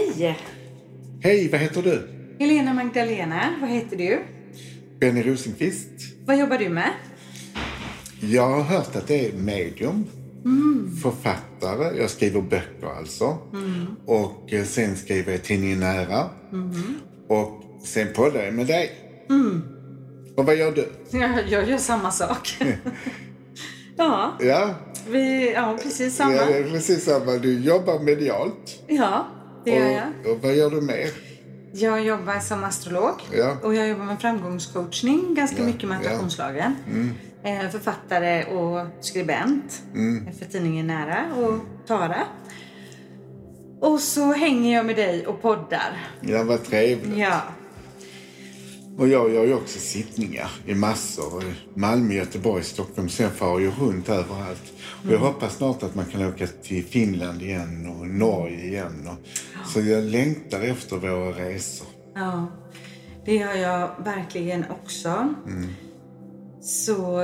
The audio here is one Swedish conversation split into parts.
Hej! Hej, vad heter du? Helena Magdalena, vad heter du? Benny Rosenqvist. Vad jobbar du med? Jag har hört att det är medium, författare. Jag skriver böcker alltså. Och sen skriver jag tidningen Nära. Och sen poddar jag med dig. Och vad gör du? Jag gör samma sak. Ja, Ja, precis samma. ja, det är precis samma. Du jobbar medialt. Ja, det gör jag. Och vad gör du mer? Jag jobbar som astrolog. Ja. Och jag jobbar med framgångscoachning ganska mycket med attraktionslagen. Författare och skribent för tidningen Nära och Tara. Och så hänger jag med dig och poddar. Ja, vad trevligt. Ja. Och jag gör ju också sittningar i massor. Malmö, Göteborg, Stockholm. Sen far jag runt överallt. Och jag hoppas snart att man kan åka till Finland igen och Norge igen. Så jag längtar efter våra resor. Ja, det gör jag verkligen också. Så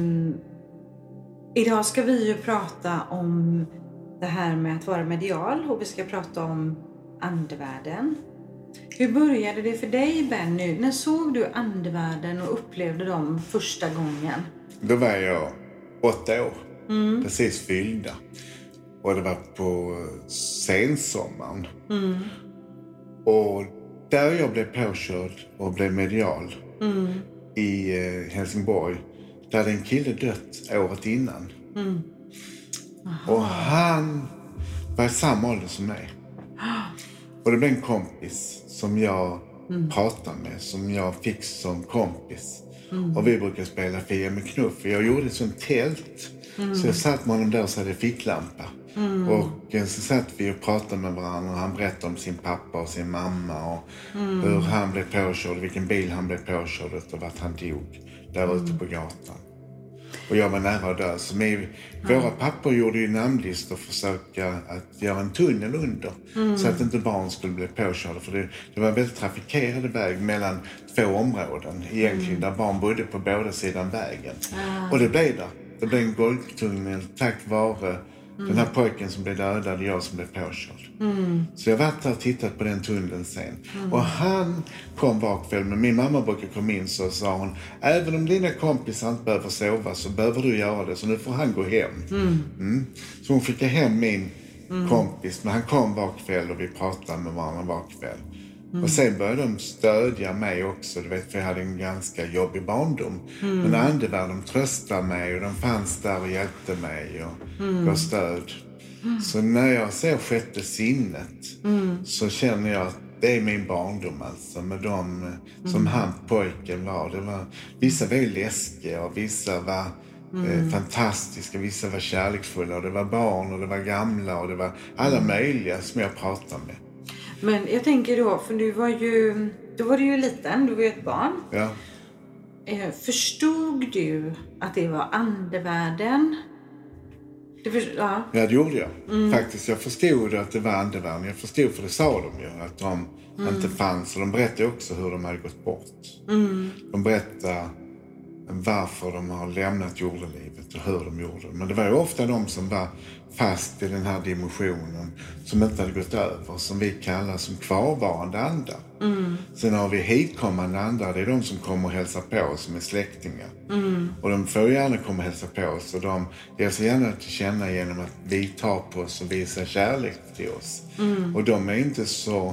idag ska vi ju prata om det här med att vara medial. Och vi ska prata om andevärlden. Hur började det för dig, Benny? När såg du andevärlden och upplevde dem första gången? Då var jag 8 år. Precis fyllda. Och det var på sensommaren. Och där jag blev påkörd och blev medial i Helsingborg. Där hade en kille dött året innan. Och han var i samma ålder som mig. Och det blev en kompis som jag pratade med. Som jag fick som kompis. Och vi brukade spela Fia med knuff. Jag gjorde ett sånt tält. Så jag satt med honom där och så hade ficklampa. Och så satt vi och pratade med varandra. Och han berättade om sin pappa och sin mamma. Och hur han blev påkörd. Vilken bil han blev påkörd och vart han dog. Där ute på gatan. Och jag var nära att dö. Så våra pappor gjorde ju namnlistor för att försöka att göra en tunnel under. Så att inte barn skulle bli påkörda. För det var en väldigt trafikerad väg mellan 2 områden. Egentligen där barn bodde på båda sidan vägen. Och det blev där. Det blev en golvtunnel tack vare den här pojken som blev dödad och jag som blev påkörd. Så jag var där och tittat på den tunneln sen. Och han kom var kväll, men min mamma brukade komma in så sa hon: även om dina kompisar inte behöver sova så behöver du göra det, så nu får han gå hem. Så hon skickade hem min kompis, men han kom var kväll och vi pratade med varandra var kväll. Och sen började de stödja mig också, du vet, för jag hade en ganska jobbig barndom. Men andevärlden tröstade mig och de fanns där och hjälpte mig och gav stöd. Så när jag ser sjätte sinnet så känner jag att det är min barndom alltså. Med dem som han pojken var. Det var vissa var läskiga och vissa var fantastiska, vissa var kärleksfulla. Och det var barn och det var gamla och det var alla möjliga som jag pratade med. Men jag tänker då, för då var du ju liten, du var ju ett barn. Ja. Förstod du att det var andevärlden? Ja, det gjorde jag. Faktiskt, jag förstod att det var andevärlden. Jag förstod, för det sa de ju, att de inte fanns. Och de berättade också hur de hade gått bort. De berättade varför de har lämnat jordelivet och hur de gjorde det. Men det var ju ofta de som var fast i den här dimensionen som inte hade gått över, som vi kallar som kvarvarande andar. Sen har vi hitkommande andar, det är de som kommer och hälsar på oss, som är släktingar. Och de får gärna komma och hälsa på oss, och de ger sig gärna till känna genom att vi tar på oss och visar kärlek till oss. Och de är inte så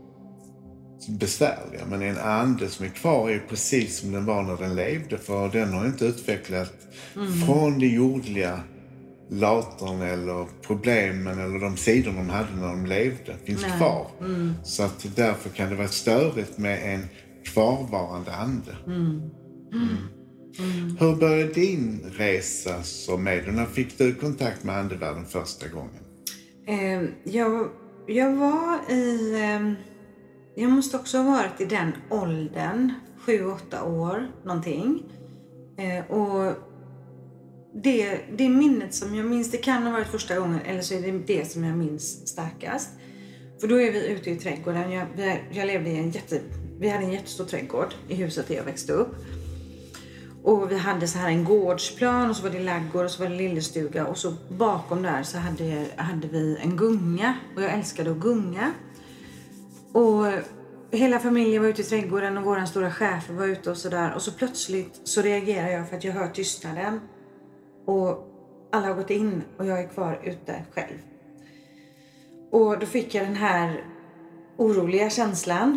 besvärliga, men en ande som är kvar är precis som den var när den levde, för den har inte utvecklat från det jordliga latern eller problemen eller de sidor de hade när de levde finns kvar. Så att därför kan det vara störigt med en kvarvarande ande. Hur började din resa som medium? När fick du kontakt med andevärlden första gången? Jag var i... Jag måste också ha varit i den åldern, 7-8 år någonting. Och det minnet som jag minns, det kan ha varit första gången, eller så är det det som jag minns starkast. För då är vi ute i trädgården. Jag levde i vi hade en jättestor trädgård i huset där jag växte upp. Och vi hade så här en gårdsplan, och så var det laggård och så var det lillestuga. Och så bakom där så hade vi en gunga. Och jag älskade att gunga. Och hela familjen var ute i trädgården och våran stora chef var ute och sådär. Och så plötsligt så reagerar jag för att jag hör tystnaden. Och alla har gått in och jag är kvar ute själv. Och då fick jag den här oroliga känslan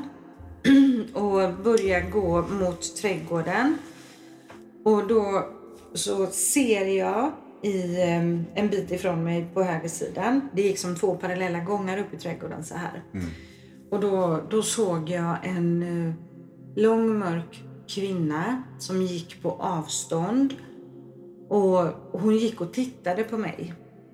och började gå mot trädgården. Och då så ser jag i en bit ifrån mig på högersidan. Det gick som 2 parallella gångar upp i trädgården så här. Och då såg jag en lång mörk kvinna som gick på avstånd. Och hon gick och tittade på mig.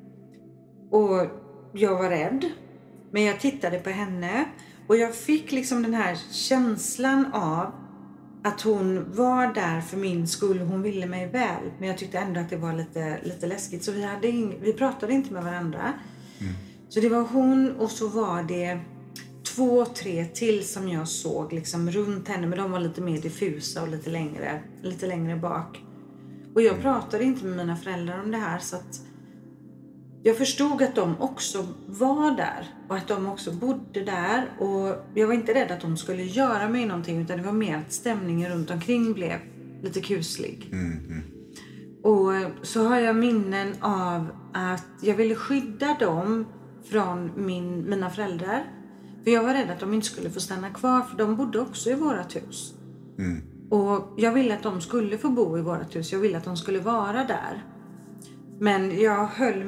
Och jag var rädd. Men jag tittade på henne. Och jag fick liksom den här känslan av att hon var där för min skull. Hon ville mig väl. Men jag tyckte ändå att det var lite läskigt. Så vi pratade inte med varandra. Så det var hon och så var det 2-3 till som jag såg liksom runt henne. Men de var lite mer diffusa och lite längre bak. Och jag pratade inte med mina föräldrar om det här. Så att jag förstod att de också var där. Och att de också bodde där. Och jag var inte rädd att de skulle göra mig någonting. Utan det var mer att stämningen runt omkring blev lite kuslig. Och så har jag minnen av att jag ville skydda dem från mina föräldrar. För jag var rädd att de inte skulle få stanna kvar. För de bodde också i vårat hus. Och jag ville att de skulle få bo i vårat hus. Jag ville att de skulle vara där. Men jag höll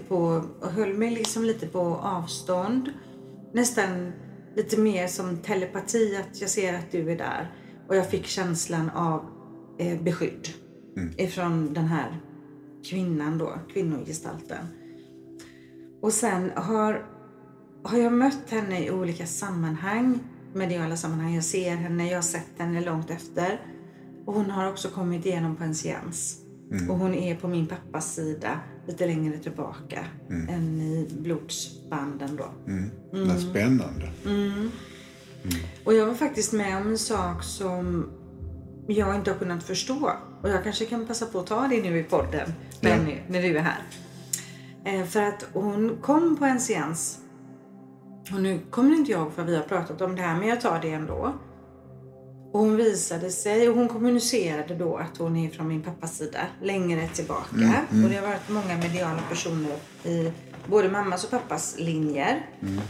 mig lite på avstånd. Nästan lite mer som telepati. Att jag ser att du är där. Och jag fick känslan av beskydd. Ifrån den här kvinnan då. Kvinnogestalten. Och sen har jag mött henne i olika sammanhang. Mediala sammanhang. Jag ser henne. Jag har sett henne långt efter. Och hon har också kommit igenom på en seans. Och hon är på min pappas sida. Lite längre tillbaka. Än i blodsbanden då. Det är spännande. Och jag var faktiskt med om en sak som jag inte har kunnat förstå. Och jag kanske kan passa på att ta det nu i podden. När du är här. För att hon kom på en seans. Och nu kommer inte jag för vi har pratat om det här. Men jag tar det ändå. Och hon visade sig. Och hon kommunicerade då att hon är från min pappas sida. Längre tillbaka. Och det har varit många mediala personer i både mammas och pappas linjer.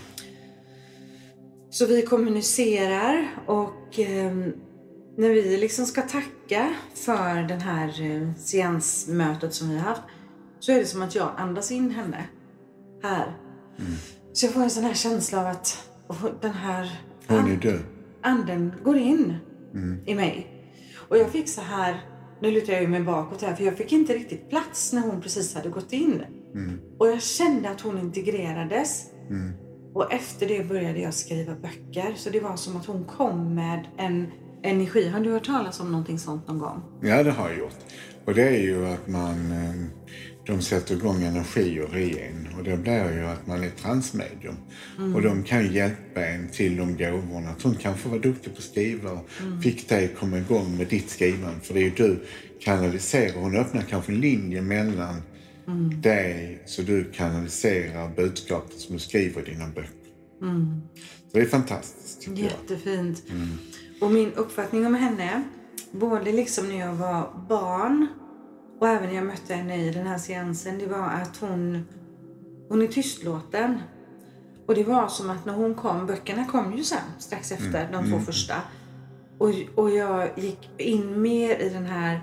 Så vi kommunicerar. Och när vi liksom ska tacka för den här seansmötet som vi har haft. Så är det som att jag andas in henne. Här. Så jag får en sån här känsla av att den här anden går in i mig. Och jag fick så här, nu lutar jag ju mig bakåt här. För jag fick inte riktigt plats när hon precis hade gått in. Och jag kände att hon integrerades. Och efter det började jag skriva böcker. Så det var som att hon kom med en energi. Har du hört talas om någonting sånt någon gång? Ja, det har jag gjort. Och det är ju att de sätter igång energier i en. Och det blir ju att man är transmedium. Och de kan hjälpa en till de gåvorna. Att hon kanske var duktig på att skriva. Och fick dig komma igång med ditt skrivande. För det är ju du kanaliserar. Hon öppnar kanske en linje mellan dig. Så du kanaliserar budskapet som du skriver i dina böcker. Så det är fantastiskt tycker jag. Jättefint. Och min uppfattning om henne. Både liksom när jag var barn. Och även när jag mötte henne i den här seansen. Det var att hon är tystlåten. Och det var som att när hon kom. Böckerna kom ju sen. Strax efter de 2 första. Och jag gick in mer i den här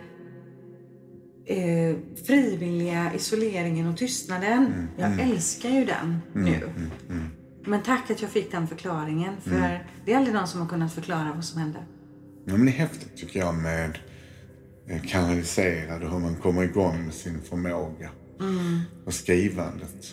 frivilliga isoleringen och tystnaden. Jag älskar ju den nu. Men tack att jag fick den förklaringen. För det är aldrig någon som har kunnat förklara vad som hände. Ja, men det är häftigt tycker jag med kanaliserad och hur man kommer igång med sin förmåga och skrivandet.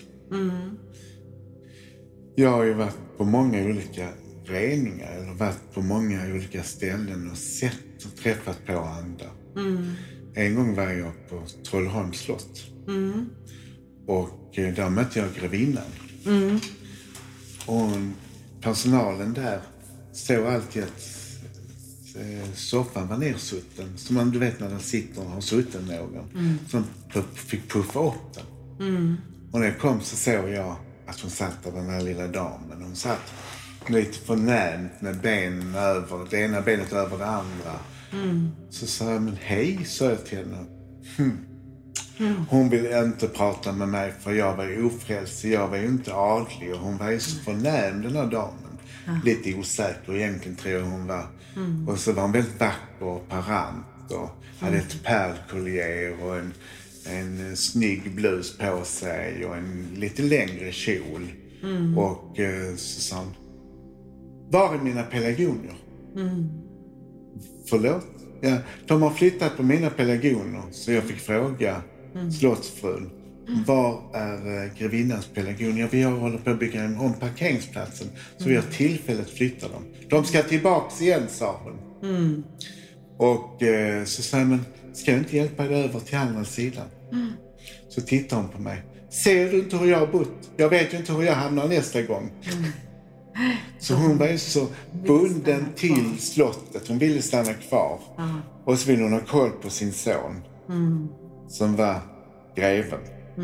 Jag har ju varit på många olika reningar eller varit på många olika ställen och sett och träffat på andra. En gång var jag på Trollholms slott och där mötte jag grevinnan. Och personalen där såg alltid att soffan var nersutten. Som man, du vet när den sitter och har sutten någon. Som fick puffa upp den. Och när jag kom så såg jag att hon satt där, den här lilla damen. Hon satt lite förnämt med benen över, det ena benet över det andra. Så sa jag, men hej, sa jag till henne. Hon ville inte prata med mig för jag var ofrälst, jag var ju inte adlig och hon var ju så förnäm den här damen. Lite osäker egentligen tror jag hon var. Och så var hon väldigt vacker och parant och hade ett pärlkollier och en snygg blus på sig och en lite längre kjol. Och så sa hon, var är mina pelargonier? Förlåt? Ja, de har flyttat på mina pelargoner så jag fick fråga slottsfrun. Var är grevinnans pelargonier? Vi håller på att bygga om parkeringsplatsen så vi har tillfället flytta dem. De ska tillbaks igen, sa hon. Och så sa jag, men ska jag inte hjälpa dig över till andra sidan? Så tittar hon på mig. Ser du inte hur jag har bott? Jag vet ju inte hur jag hamnar nästa gång. Så hon var ju så bunden till slottet. Hon ville stanna kvar. Och så ville hon ha koll på sin son. Som var greven.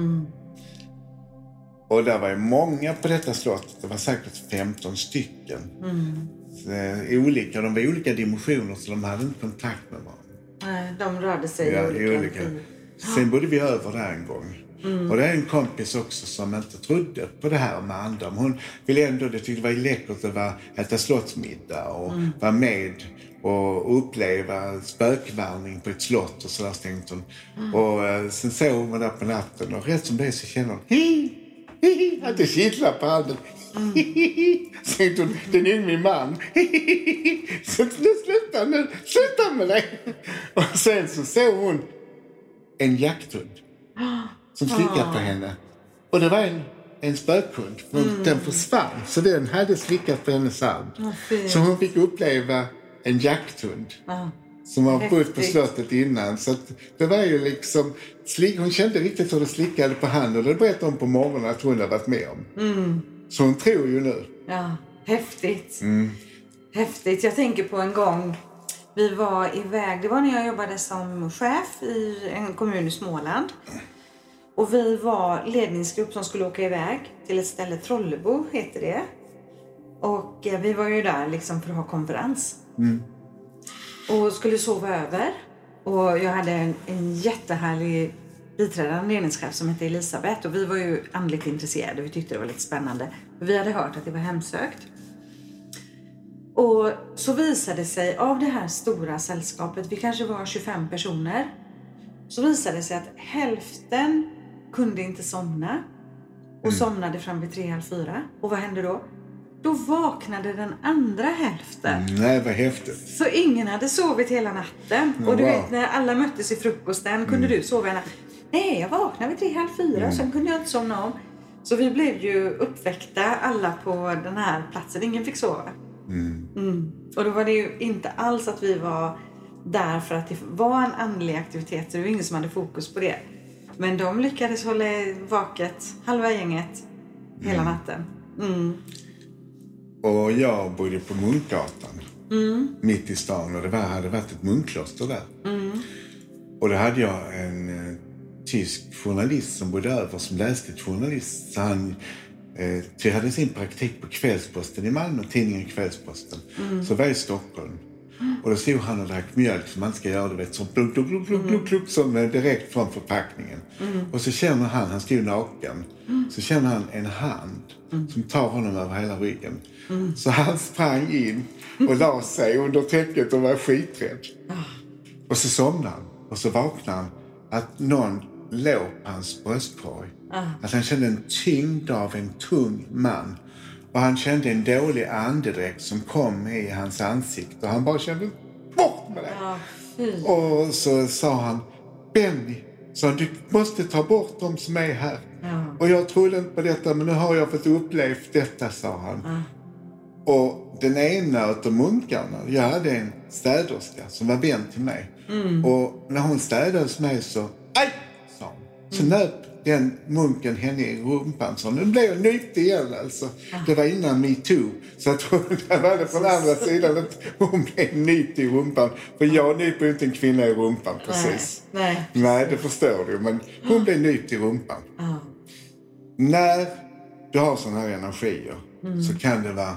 Och där var ju många på detta slott. Det var säkert 15 stycken. Olika, de var i olika dimensioner så de hade inte kontakt med varandra. Nej, de rörde sig i olika. Sen bodde vi över där en gång. Och det är en kompis också som inte trodde på det här med andra. Men hon ville ändå, det tyckte det var läckert att äta slottsmiddag och vara med och uppleva spökvandring på ett slott och sådär, tänkte hon. Och sen såg hon där på natten och rätt som det så kände hon att det kittlar på handen. Så tänkte hon, den är min man. Så sluta med det. Och sen så såg hon en jakthund som slickade på henne. Och det var en spökhund. Den försvann. Så den hade slickat på hennes hand. Så hon fick uppleva en jakthund. Som har bott på slottet innan. Så att det var ju liksom... Hon kände riktigt hur det slickade på handen. Och det berättade hon på morgonen att hon har varit med om. Så hon tror ju nu. Ja, häftigt. Häftigt. Jag tänker på en gång... Vi var iväg, det var när jag jobbade som chef i en kommun i Småland. Och vi var ledningsgrupp som skulle åka iväg till ett ställe, Trollebo heter det. Och vi var ju där liksom för att ha konferens. Och skulle sova över. Och jag hade en jättehärlig biträdande ledningschef som hette Elisabeth. Och vi var ju andligt intresserade, vi tyckte det var lite spännande. Vi hade hört att det var hemsökt. Och så visade sig av det här stora sällskapet, vi kanske var 25 personer. Så visade det sig att hälften kunde inte somna. Och somnade fram vid 3:30. Och vad hände då? Då vaknade den andra hälften. Nej, vad häftigt. Så ingen hade sovit hela natten. Och du vet, när alla möttes i frukosten, kunde du sova hela natten? Nej, jag vaknade vid 3:30 och sen kunde jag inte somna om. Så vi blev ju uppväckta alla på den här platsen. Ingen fick sova. Och då var det ju inte alls att vi var där för att det var en andlig aktivitet. Så det var ingen som hade fokus på det. Men de lyckades hålla vaket, halva gänget, hela natten. Och jag bodde på Munkgatan. Mitt i stan. Och det hade varit ett munkkloster där. Och då hade jag en tysk journalist som bodde över, som läste ett journalist. Så han hade sin praktik på Kvällsposten i Malmö, tidningen Kvällsposten. Så var i Stockholm. Och då stod han och drack mjölk som man ska göra, du vet, som plunk, plunk, plunk, plunk, plunk, som direkt från förpackningen. Och så känner han stod naken. Så känner han en hand som tar honom över hela ryggen. Så han sprang in och la sig under täcket och var skiträdd. Och så somnade han. Och så vaknade han att någon låg på hans bröstkorg. Att han kände en tyngd av en tung man. Och han kände en dålig andedräkt som kom i hans ansikte. Och han bara kände, bort med det. Och så sa han, Benny, så du måste ta bort dem som är här. Och jag trodde inte på detta, men nu har jag fått upplevt detta, sa han. Och den ena av munkarna, jag hade en städerska som var vän till mig. Och när hon städade hos mig så, aj, sa hon. Så nöp den munken henne i rumpan. Så nu blev jag nypt igen alltså. Det var innan MeToo. Så att hon, där var det från andra sidan att hon blev nypt i rumpan. För jag nyper inte en kvinna i rumpan precis. Nej, det förstår du. Men hon blev nypt i rumpan. När du har sådana här energier så kan det vara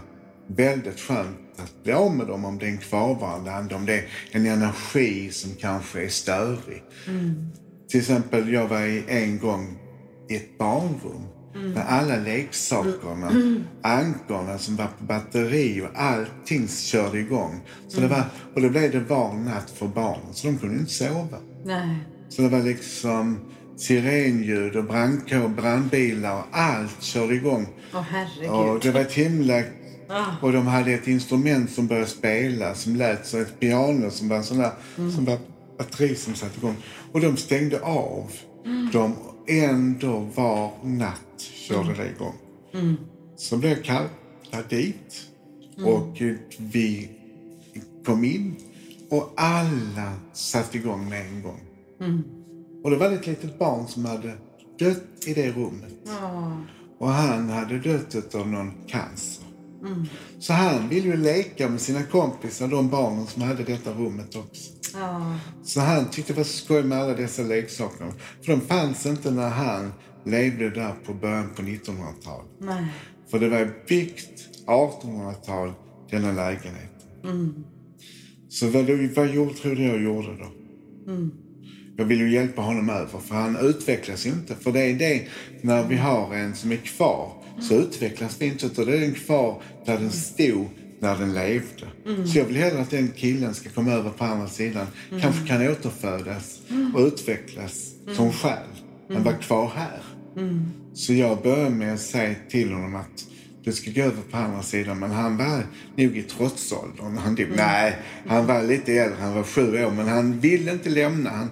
väldigt skönt att bli av med dem om det är en kvarvarande ande, om det är en energi som kanske är störig. Till exempel, jag var en gång i ett barnrum med alla leksakerna, ankorna som var på batteri och allting körde igång. Så och då blev det var natt för barnen, så de kunde inte sova. Nej. Så det var liksom sirenljud och brandbilar och allt körde igång. Herregud. Och det var ett himla... Och de hade ett instrument som började spela, som lät så ett piano som var sån där, som var batteri som satt igång. Och de stängde av dem, ändå var natt körde det igång. Så blev jag kallad dit och vi kom in och alla satt igång med en gång. Och det var ett litet barn som hade dött i det rummet. Och han hade dött av någon cancer. Så han ville ju leka med sina kompisar, de barnen som hade detta rummet också. Så han tyckte det var skoj med alla dessa leksaker. För de fanns inte när han levde där på början på 1900-talet. Nej. För det var byggt 1800-tal, denna lägenheten. Så vad tror du jag gjorde då? Jag vill ju hjälpa honom över, för han utvecklas ju inte. För det är det, när vi har en som är kvar, så utvecklas vi inte. Och det är den kvar där den stod när den levde. Så jag vill hellre att den killen ska komma över på andra sidan. Kanske kan återfödas och utvecklas som själ. Han var kvar här. Så jag började med att säga till honom att du ska gå över på andra sidan. Men han var nog i trotsåldern. Nej, han var lite äldre. Han var 7 år. Men han ville inte lämna.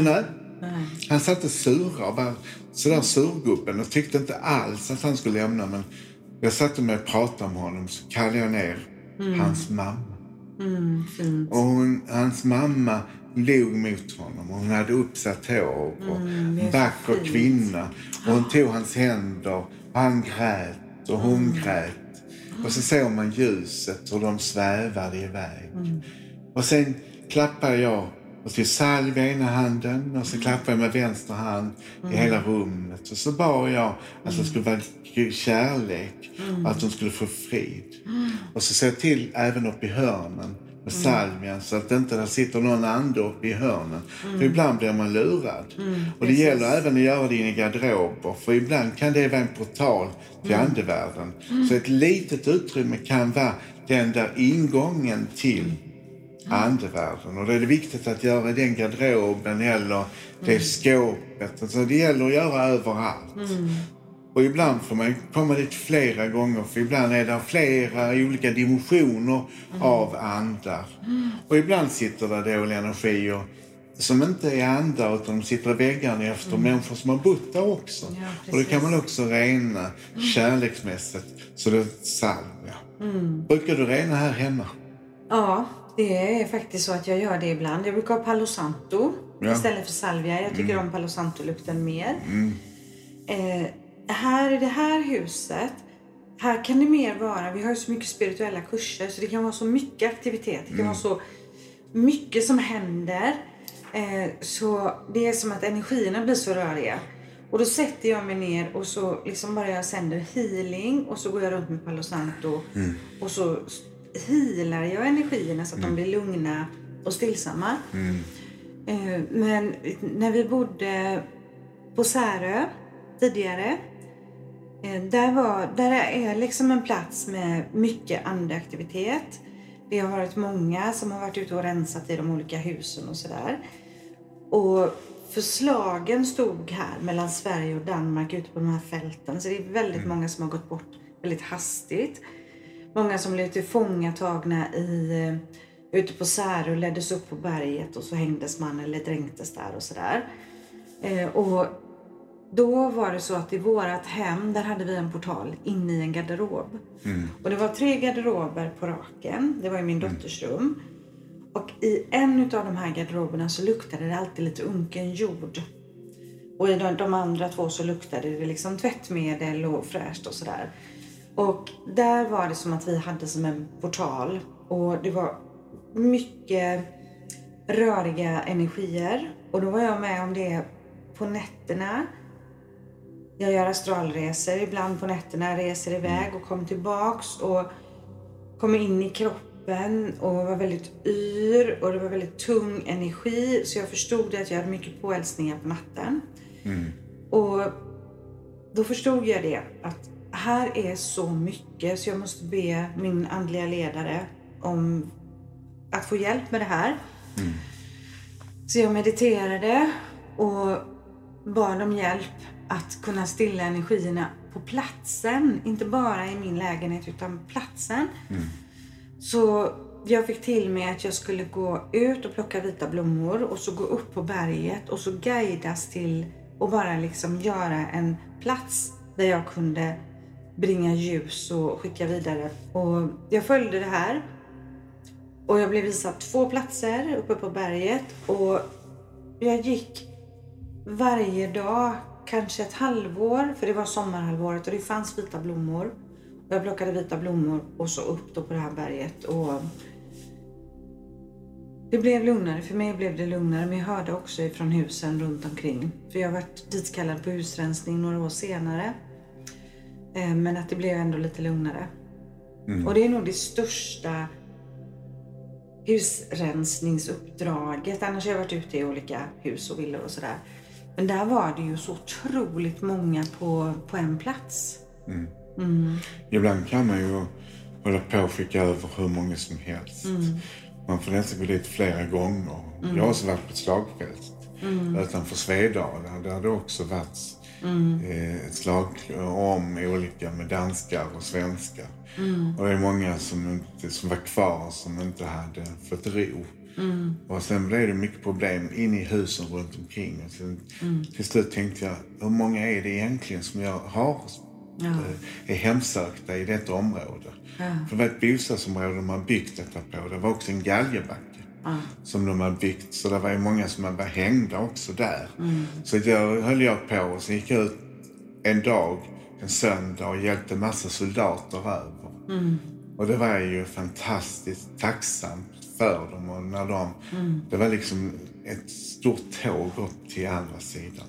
Han satt och sura och var sådär surgubben. Och tyckte inte alls att han skulle lämna. Men jag satte mig och pratade med honom. Så kallade jag ner hans mamma. Och hans mamma log mot honom. Hon hade uppsatt hår. Och vacker kvinna. Och hon tog hans händer. Och han grät. Och hon grät. Och så såg man ljuset och de svävade iväg. Och sen klappade jag och till salvia i ena handen och så klappade jag med vänster hand i hela rummet. Och så bad jag att det skulle vara kärlek och att de skulle få frid. Och så såg jag till även upp i hörnen med salvian så att det inte där sitter någon ande upp i hörnen. För ibland blir man lurad. Och det gäller även att göra det in i garderober. För ibland kan det vara en portal till andevärlden. Så ett litet utrymme kan vara den där ingången till andevärlden. Och det är viktigt att göra den garderoben eller det skåpet. Alltså det gäller att göra överallt. Och ibland får man komma dit flera gånger. För ibland är det flera olika dimensioner av andar. Och ibland sitter det dåliga energier som inte är andar utan de sitter i väggarna efter människor som har bott där också. Ja, och det kan man också rena kärleksmässigt. Så det är salvia. Brukar du rena här hemma? Ja, det är faktiskt så att jag gör det ibland. Jag brukar ha Palo Santo istället för salvia. Jag tycker om Palo Santo-lukten mer. Här i det här huset, här kan det mer vara, vi har ju så mycket spirituella kurser så det kan vara så mycket aktivitet, det kan vara så mycket som händer, så det är som att energierna blir så röriga. Och då sätter jag mig ner och så liksom bara jag sänder healing och så går jag runt med Palo Santo och så healar jag energierna så att de blir lugna och stillsamma. Men när vi bodde på Särö tidigare, där är liksom en plats med mycket andeaktivitet. Det har varit många som har varit ute och rensat i de olika husen och sådär. Och förslagen stod här mellan Sverige och Danmark ute på de här fälten. Så det är väldigt många som har gått bort väldigt hastigt. Många som blev tillfångatagna ute på Särö och leddes upp på berget och så hängdes man eller dränktes där och sådär. Och då var det så att i vårat hem, där hade vi en portal inne i en garderob. Och det var 3 garderober på raken. Det var i min dotters rum. Och i en av de här garderoberna så luktade det alltid lite unken jord. Och i de andra 2 så luktade det liksom tvättmedel och fräscht och sådär. Och där var det som att vi hade som en portal. Och det var mycket röriga energier. Och då var jag med om det på nätterna. Jag gör astralresor ibland på nätterna, reser iväg och kommer tillbaks och kom in i kroppen och var väldigt yr och det var väldigt tung energi. Så jag förstod att jag hade mycket påhälsningar på natten. Och då förstod jag det, att här är så mycket så jag måste be min andliga ledare om att få hjälp med det här. Så jag mediterade och bad om hjälp att kunna stilla energierna på platsen. Inte bara i min lägenhet utan platsen. Så jag fick till mig att jag skulle gå ut och plocka vita blommor och så gå upp på berget och så guidas till och bara liksom göra en plats där jag kunde bringa ljus och skicka vidare. Och jag följde det här. Och jag blev visad 2 platser uppe på berget. Och jag gick varje dag, kanske ett halvår. För det var sommarhalvåret och det fanns vita blommor. Och jag plockade vita blommor och så upp då på det här berget. Och det blev lugnare. För mig blev det lugnare. Men jag hörde också ifrån husen runt omkring. För jag har varit ditkallad på husrensning några år senare. Men att det blev ändå lite lugnare. Och det är nog det största husrensningsuppdraget. Annars har jag varit ute i olika hus och villor och sådär. Men där var det ju så otroligt många på en plats. Ibland kan man ju hålla på och skicka över hur många som helst. Man får nästan gå dit flera gånger. Jag har också varit på ett slagfält utanför Svedala. Där har det också varit ett slag om olika med danskar och svenskar. Och det är många som var kvar som inte hade fått ro. Och sen blev det mycket problem in i husen runt omkring. Och sen, till slut tänkte jag, hur många är det egentligen som jag har är hemsökta i detta område? För det var ett bostadsområde de har byggt detta på. Det var också en galjebacke som de har byggt. Så det var ju många som var hängda också där. Så jag höll på och så gick jag ut en dag, en söndag och hjälpte massa soldater över. Och det var ju fantastiskt tacksamt för dem. Och när det var liksom ett stort tåg upp till andra sidan.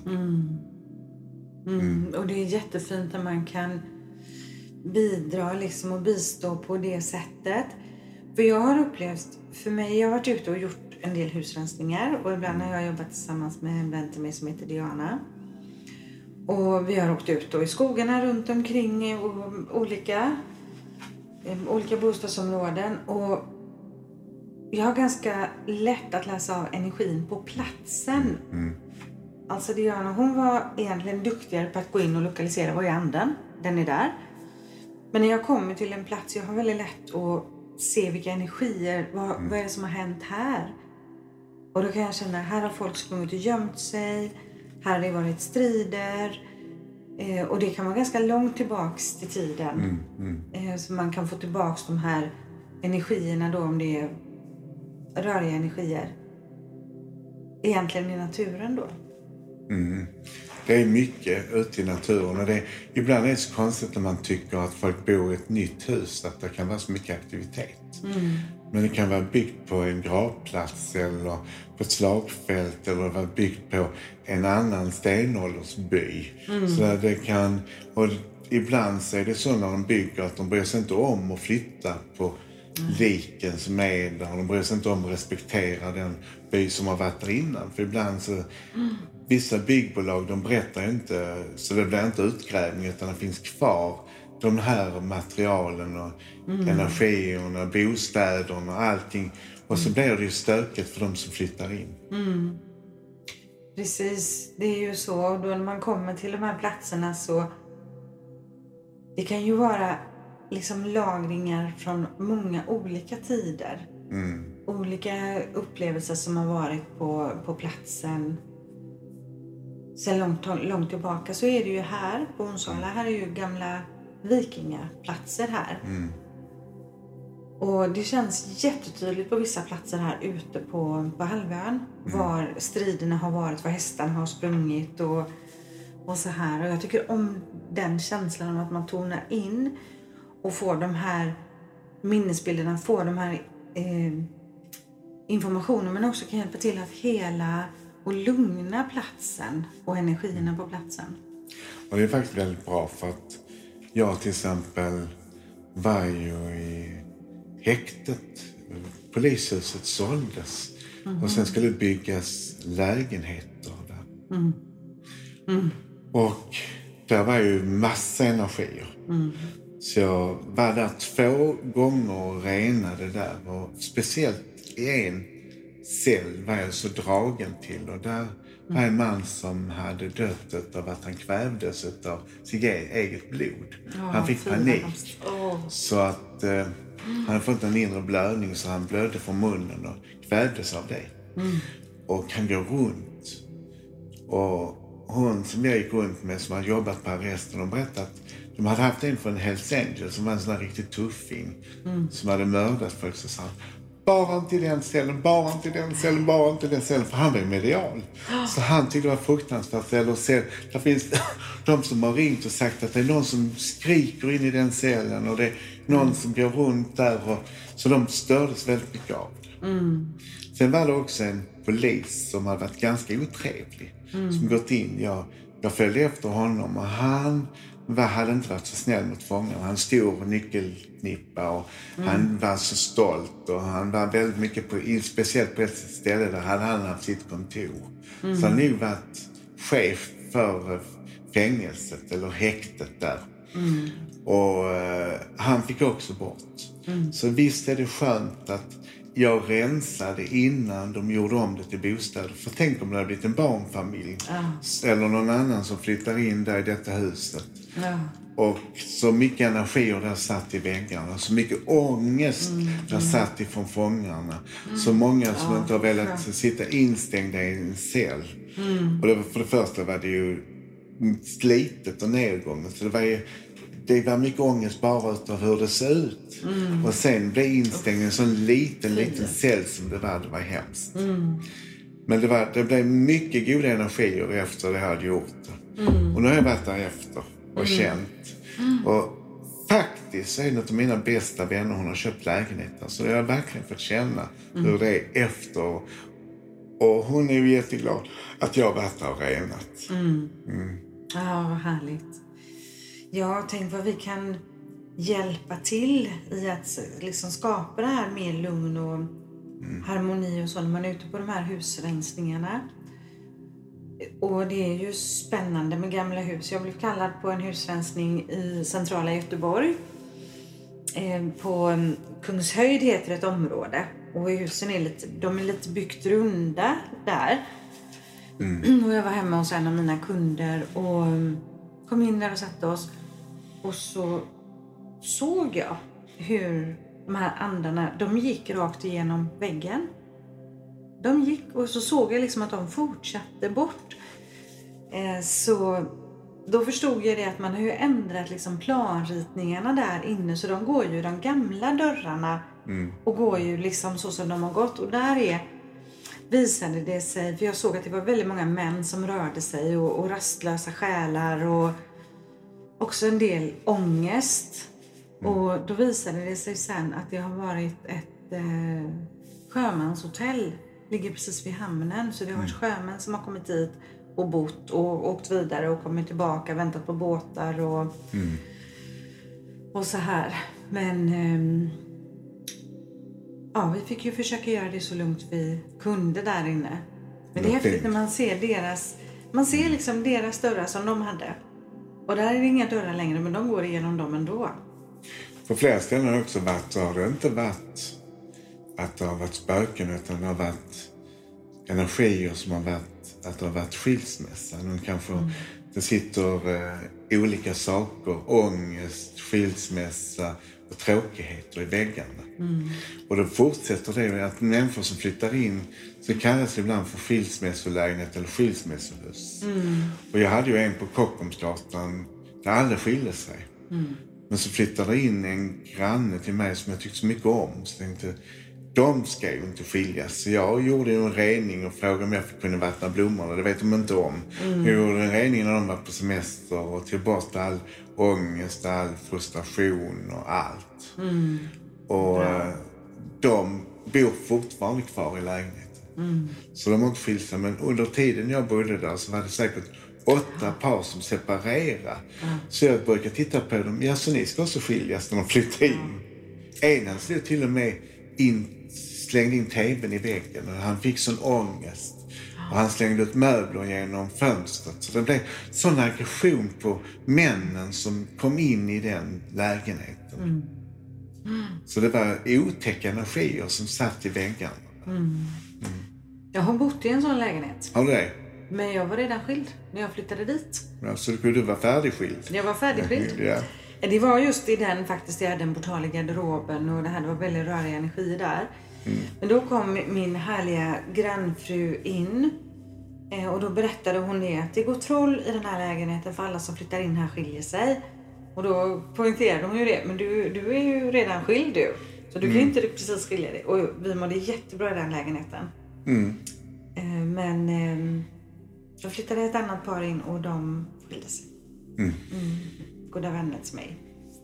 Och det är jättefint när man kan bidra liksom och bistå på det sättet. För jag har upplevt, för mig, jag har varit ute och gjort en del husrensningar. Och ibland har jag jobbat tillsammans med en vän till mig som heter Diana. Och vi har åkt ut då i skogarna runt omkring och olika bostadsområden. Och jag har ganska lätt att läsa av energin på platsen. Alltså Diana, hon var egentligen duktigare på att gå in och lokalisera vad är anden. Den är där. Men när jag kommer till en plats, jag har väldigt lätt att se vilka energier, vad är det som har hänt här? Och då kan jag känna, här har folk sprungit och gömt sig. Här har det varit strider. Och det kan vara ganska långt tillbaks till tiden. Så man kan få tillbaks de här energierna då, om det är röriga energier. Egentligen i naturen då. Det är mycket ute i naturen. Och ibland är det så konstigt när man tycker att folk bor i ett nytt hus, att det kan vara så mycket aktivitet. Men det kan vara byggt på en gravplats eller på ett slagfält eller vara byggt på en annan stenåldersby. Så det kan, och ibland så är det så när de bygger att de bryr sig inte om att flytta på liken som är där. De bryr sig inte om att respektera den by som har varit där innan. För ibland så vissa byggbolag, de berättar inte, så det blir inte utgrävning utan det finns kvar de här materialen och energierna, bostäderna och allting. Och så blir det ju stökigt för de som flyttar in. Precis, det är ju så. Och då när man kommer till de här platserna så det kan ju vara liksom lagringar från många olika tider. Olika upplevelser som har varit på platsen. Sen långt tillbaka så är det ju här på Onsala. Här är ju gamla vikingaplatser här. Och det känns jättetydligt på vissa platser här ute på halvön. Var striderna har varit, var hästarna har sprungit och så här. Och jag tycker om den känslan om att man tonar in och får de här minnesbilderna, får de här informationen, men också kan hjälpa till att hela och lugna platsen och energierna på platsen. Och det är faktiskt väldigt bra för att jag till exempel var ju i häktet, polishuset såldes. Och sen skulle det byggas lägenheter där. Och där var ju massa energier. Så jag var där 2 gånger och renade där. Och speciellt i en cell var jag så dragen till. Och där var en man som hade dött av att han kvävdes av sitt eget blod. Han fick panik. Så att han hade fått en inre blödning, så han blödde från munnen och kvävdes av det. Och han går runt. Och hon som jag gick runt med, som har jobbat på arresten, och berättat att de hade haft en från Hells Angels som var en sån här riktigt tuffing. Som hade mördat folk. Så sa han, bara inte i den cellen, bara inte i den cellen, bara inte i den cellen. För han var ju medial. Så han tyckte det var fruktansvärt. Eller det finns de som har ringt och sagt att det är någon som skriker in i den cellen. Och det är någon som går runt där. Så de stördes väldigt mycket av det. Sen var det också en polis som hade varit ganska otrevlig. Som gått in. Jag följde efter honom och han hade inte varit så snäll mot fångarna. Han stod nyckelknippa och han var så stolt. Och han var väldigt mycket speciellt på ett ställe där hade han haft sitt kontor. Så han nu varit chef för fängelset eller häktet där. Och han fick också bort. Så visst är det skönt att jag rensade innan de gjorde om det till bostäder. För tänk om det hade blivit en barnfamilj. Eller någon annan som flyttar in där i detta huset. Och så mycket energier där satt i väggarna. Så mycket ångest där satt ifrån fångarna. Så många som inte har velat sitta instängda i en cell. Och det var, för det första var det ju slitet och nedgånget. Så det var mycket ångest bara utav hur det ser ut. Och sen blev instängd en sån liten cell som det var hemskt. Men det blev mycket goda energier efter det jag hade gjort det. Och nu har jag varit där efter och känt. Och faktiskt så är det något av mina bästa vänner, hon har köpt lägenheter. Så jag har verkligen fått känna hur det är efter. Och hon är ju jätteglad att jag har varit där och renat. Ja, vad härligt. Jag har tänkt vad vi kan hjälpa till i att liksom skapa det här med lugn och harmoni och så när man är ute på de här husrensningarna. Och det är ju spännande med gamla hus. Jag blev kallad på en husrensning i centrala Göteborg. På Kungshöjd heter ett område. Och husen är lite byggt runda där. Och jag var hemma hos en av mina kunder och kom in där och satte oss. Och så såg jag hur de här andarna, de gick rakt igenom väggen. De gick och så såg jag liksom att de fortsatte bort. Så då förstod jag det att man har ju ändrat liksom planritningarna där inne. Så de går ju de gamla dörrarna och går ju liksom så som de har gått. Och där visade det sig, för jag såg att det var väldigt många män som rörde sig och rastlösa själar och också en del ångest. Och då visade det sig sen att det har varit ett sjömanshotell. Ligger precis vid hamnen. Så det har varit sjömän som har kommit dit och bott och åkt vidare och kommit tillbaka, väntat på båtar och så här. Men vi fick ju försöka göra det så lugnt vi kunde där inne. Men det är häftigt när man ser liksom deras dörrar som de hade. Och där är det inga dörrar längre, men de går igenom dem ändå. På flera ställen har det också varit, så har det inte varit att det har varit spöken, utan det har varit energier som har varit, att det har varit skilsmässa. Det sitter olika saker, ångest, skilsmässa och tråkigheter i väggarna. Och då fortsätter det att människor som flyttar in, så kallas det ibland för skilsmässolägenhet eller skilsmässohus. Och jag hade ju en på Kockumsgatan där alla skilde sig. Men så flyttade in en granne till mig som jag tyckte så mycket om. Så tänkte, de ska ju inte skiljas. Så jag gjorde en rening och frågade om jag kunde vattna blommorna. Det vet de inte om. Jag gjorde en rening när de var på semester och tog bort all ångest, all frustration och allt. Och de bor fortfarande kvar i lägenheten. Så de har inte skilt sig. Men under tiden jag bodde där så var det säkert 8 par som separerade. Så jag brukar titta på dem. Ja, så ni ska också skiljas när de flyttar in. En slog till och med slängde in tvn i väggen och han fick sån ångest. Och han slängde ut möbler genom fönstret. Så det blev sån aggression på männen som kom in i den lägenheten. Så det var otäcka energier som satt i väggarna. Jag har bott i en sån lägenhet. Har du det? Men jag var redan skild när jag flyttade dit. Ja, så du var färdigskild? Jag var färdigskild. Ja. Det var just i den faktiskt, jag hade en portal i garderoben och det var väldigt rörig energi där. Men då kom min härliga grannfru in och då berättade hon det att det går troll i den här lägenheten för alla som flyttar in här skiljer sig. Och då poängterade hon ju det, men du är ju redan skild du. Så du kan ju inte precis skilja dig. Och vi mådde jättebra i den lägenheten. Men då flyttade ett annat par in och de skilde sig. Goda vänner till mig.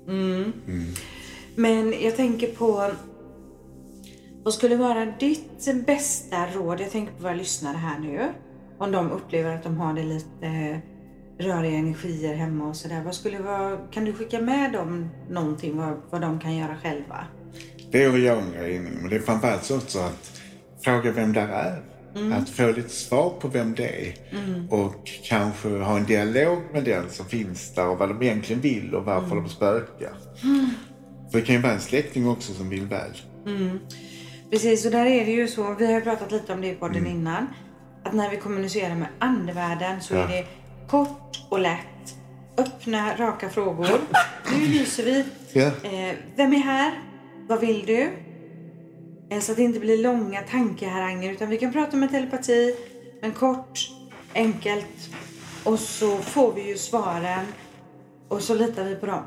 Men jag tänker på, vad skulle vara ditt bästa råd? Jag tänker på våra lyssnare här nu. Om de upplever att de har det lite röriga energier hemma och sådär. Vad skulle vara, kan du skicka med dem någonting vad de kan göra själva? Det är att göra en grej, men det är framförallt också att fråga vem där är. Att få lite svar på vem det är. Och kanske ha en dialog med den som finns där och vad de egentligen vill och varför de spökar. För det kan ju vara en släkting också som vill väl. Precis, och där är det ju så, vi har ju pratat lite om det i podden innan. Att när vi kommunicerar med andevärlden så är det kort och lätt. Öppna, raka frågor. Nu lyser vi. Vem är här? Vad vill du? Så att det inte blir långa tankeharanger, utan vi kan prata med telepati, men kort, enkelt. Och så får vi ju svaren och så litar vi på dem.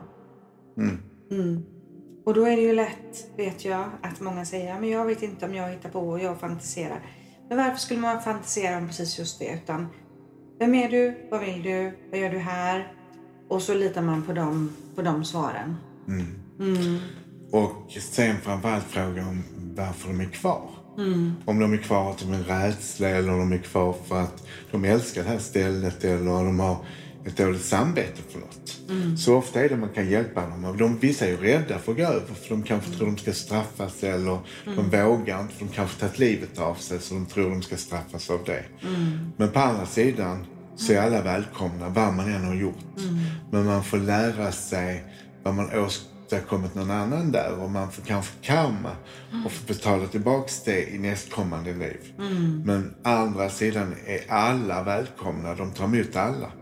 Och då är det ju lätt, vet jag, att många säger men jag vet inte om jag hittar på och jag fantiserar. Men varför skulle man fantisera om precis just det? Utan vem är du? Vad vill du? Vad gör du här? Och så litar man på de svaren. Och sen framförallt fråga om varför de är kvar. Om de är kvar att de är rädsla eller om de är kvar för att de älskar det här stället eller de har ett dåligt samvete för något. Så ofta är det man kan hjälpa dem. Vissa är ju rädda för att gå över för de kanske tror de ska straffas eller de vågar inte för de kanske tagit livet av sig så de tror de ska straffas av det. Men på andra sidan så är alla välkomna vad man än har gjort. Men man får lära sig vad man kommit någon annan där och man får kanske karma och får betala tillbaks det i nästkommande liv. Men andra sidan är alla välkomna, de tar emot alla.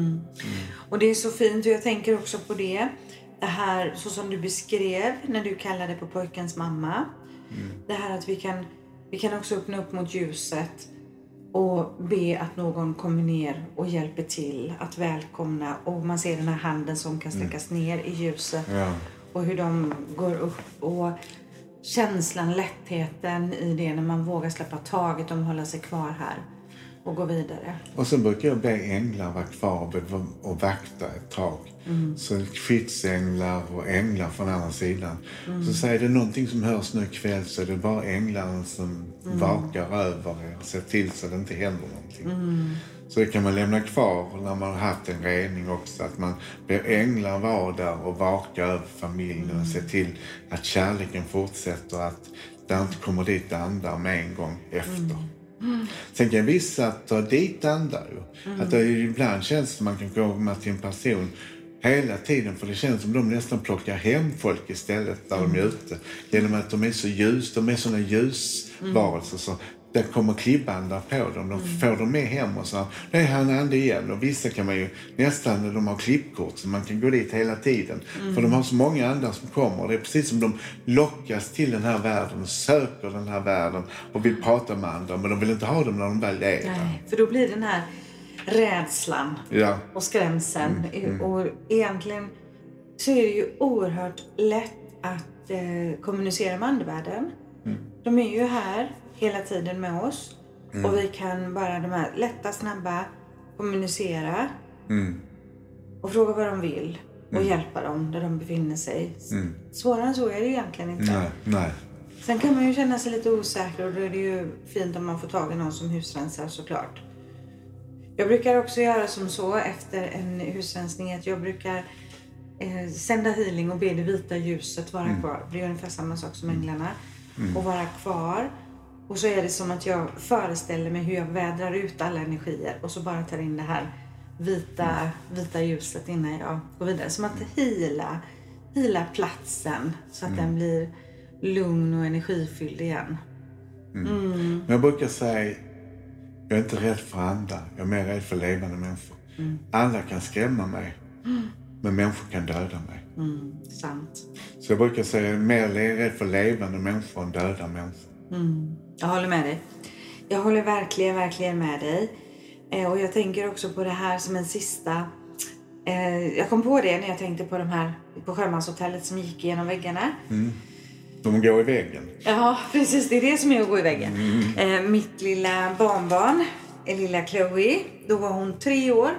Och det är så fint och jag tänker också på det här så som du beskrev när du kallade på pojkens mamma. Det här att vi kan också öppna upp mot ljuset och be att någon kommer ner och hjälper till att välkomna och man ser den här handen som kan sträckas ner i ljuset. Och hur de går upp och känslan, lättheten i det när man vågar släppa taget om att hålla sig kvar här och gå vidare. Och så brukar jag be änglar vara kvar och vakta ett tag. Så skyddsänglar och änglar från andra sidan. Så säger det någonting som hörs nu ikväll så är det bara änglarna som vakar över er och ser till så att det inte händer någonting. Så det kan man lämna kvar när man har haft en rening också. Att man ber änglar vara där och vaka över familjen och se till att kärleken fortsätter. Att det inte kommer dit andar med en gång efter. Sen kan vissa ta dit andar. Att det ibland känns som man kan komma till en person hela tiden. För det känns som de nästan plockar hem folk istället där de är ute. Genom att de är så ljus, de är såna ljusvarelser så det kommer klibbandar på dem. De får dem med hem och så det är han ande igen. Och vissa kan man ju nästan när de har klippkort så man kan gå dit hela tiden. För de har så många andar som kommer. Det är precis som de lockas till den här världen och söker den här världen och vill prata med andra. Men de vill inte ha dem när de väl är där. Nej, för då blir den här rädslan och skrämseln. Och egentligen så är det ju oerhört lätt att kommunicera med andevärlden. De är ju här hela tiden med oss. Och vi kan bara de här lätta, snabba kommunicera. Och fråga vad de vill. Och hjälpa dem där de befinner sig. Svårare än så är det ju egentligen inte. Nej. Sen kan man ju känna sig lite osäker. Och då är det ju fint om man får tag i någon som husrensar såklart. Jag brukar också göra som så efter en husrensning. Att jag brukar sända healing och be det vita ljuset vara kvar. Det är ungefär samma sak som änglarna. Och vara kvar. Och så är det som att jag föreställer mig hur jag vädrar ut alla energier. Och så bara tar in det här vita ljuset innan jag går vidare. Som att hila platsen så att den blir lugn och energifylld igen. Men jag brukar säga, jag är inte rädd för andra. Jag är mer rädd för levande människor. Andra kan skrämma mig. Men människor kan döda mig. Sant. Så jag brukar säga, jag är mer rädd för levande människor än döda människor. Jag håller med dig. Jag håller verkligen med dig. Och jag tänker också på det här som en sista... jag kom på det när jag tänkte på de här på sjömanshotellet som gick igenom väggarna. De går i väggen. Ja, precis. Det är det som är att gå i väggen. Mitt lilla barnbarn, lilla Chloe, då var hon 3 år.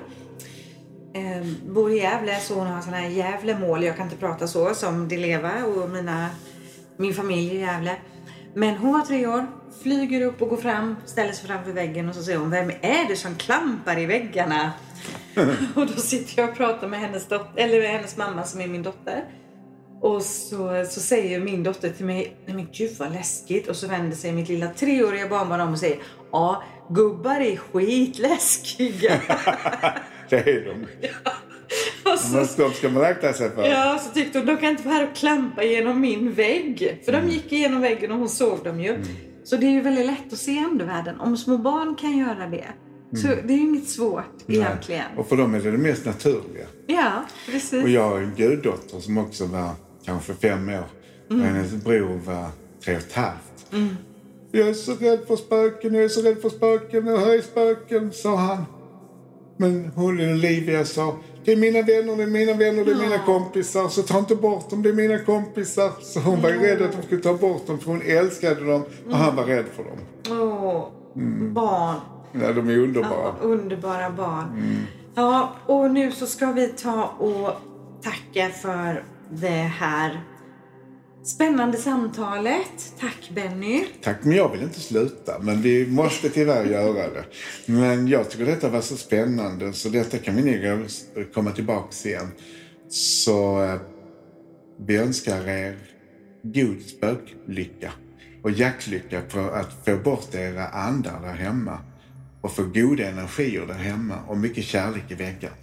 Bor i Gävle, så hon har såna här Gävlemål. Jag kan inte prata så som de lever och min familj i Gävle. Men hon var 3 år, flyger upp och går fram, ställer sig framför väggen och så säger hon, vem är det som klampar i väggarna? Och då sitter jag och pratar med hennes mamma som är min dotter. Och så säger min dotter till mig, nej men gud vad läskigt. Och så vänder sig mitt lilla 3-åriga barnbarn om och säger, ja, gubbar är skitläskiga. Det är de. Ja. Så, de ska man akta sig för. Ja, så tyckte hon, de kan inte vara här och klampa genom min vägg. För de gick igenom väggen och hon såg dem ju. Så det är ju väldigt lätt att se andevärlden. Om små barn kan göra det. Så det är ju inget svårt egentligen. Och för dem är det mest naturliga. Ja, precis. Och jag har en guddotter som också var kanske 5 år. Och hennes bror var 3,5. Jag är så rädd för spöken, jag hör spöken, sa han. Men hon och Olivia sa, det är mina vänner, det är mina kompisar. Så ta inte bort dem, det är mina kompisar. Så hon var rädd att de skulle ta bort dem, för hon älskade dem och han var rädd för dem. Barn. Ja, de är underbara. Ja, underbara barn. Ja, och nu så ska vi ta och tacka för det här spännande samtalet. Tack Benny. Tack, men jag vill inte sluta. Men vi måste tyvärr göra det. Men jag tycker detta var så spännande. Så detta kan vi nog komma tillbaka igen. Så vi önskar er god spöklycka. Och jaktlycka på att få bort era andar där hemma. Och få goda energier där hemma. Och mycket kärlek i väggarna.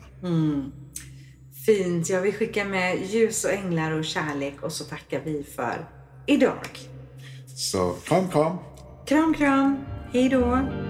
Fint. Jag vill skicka med ljus och änglar och kärlek. Och så tackar vi för idag. Så kram. Kram. Hej då.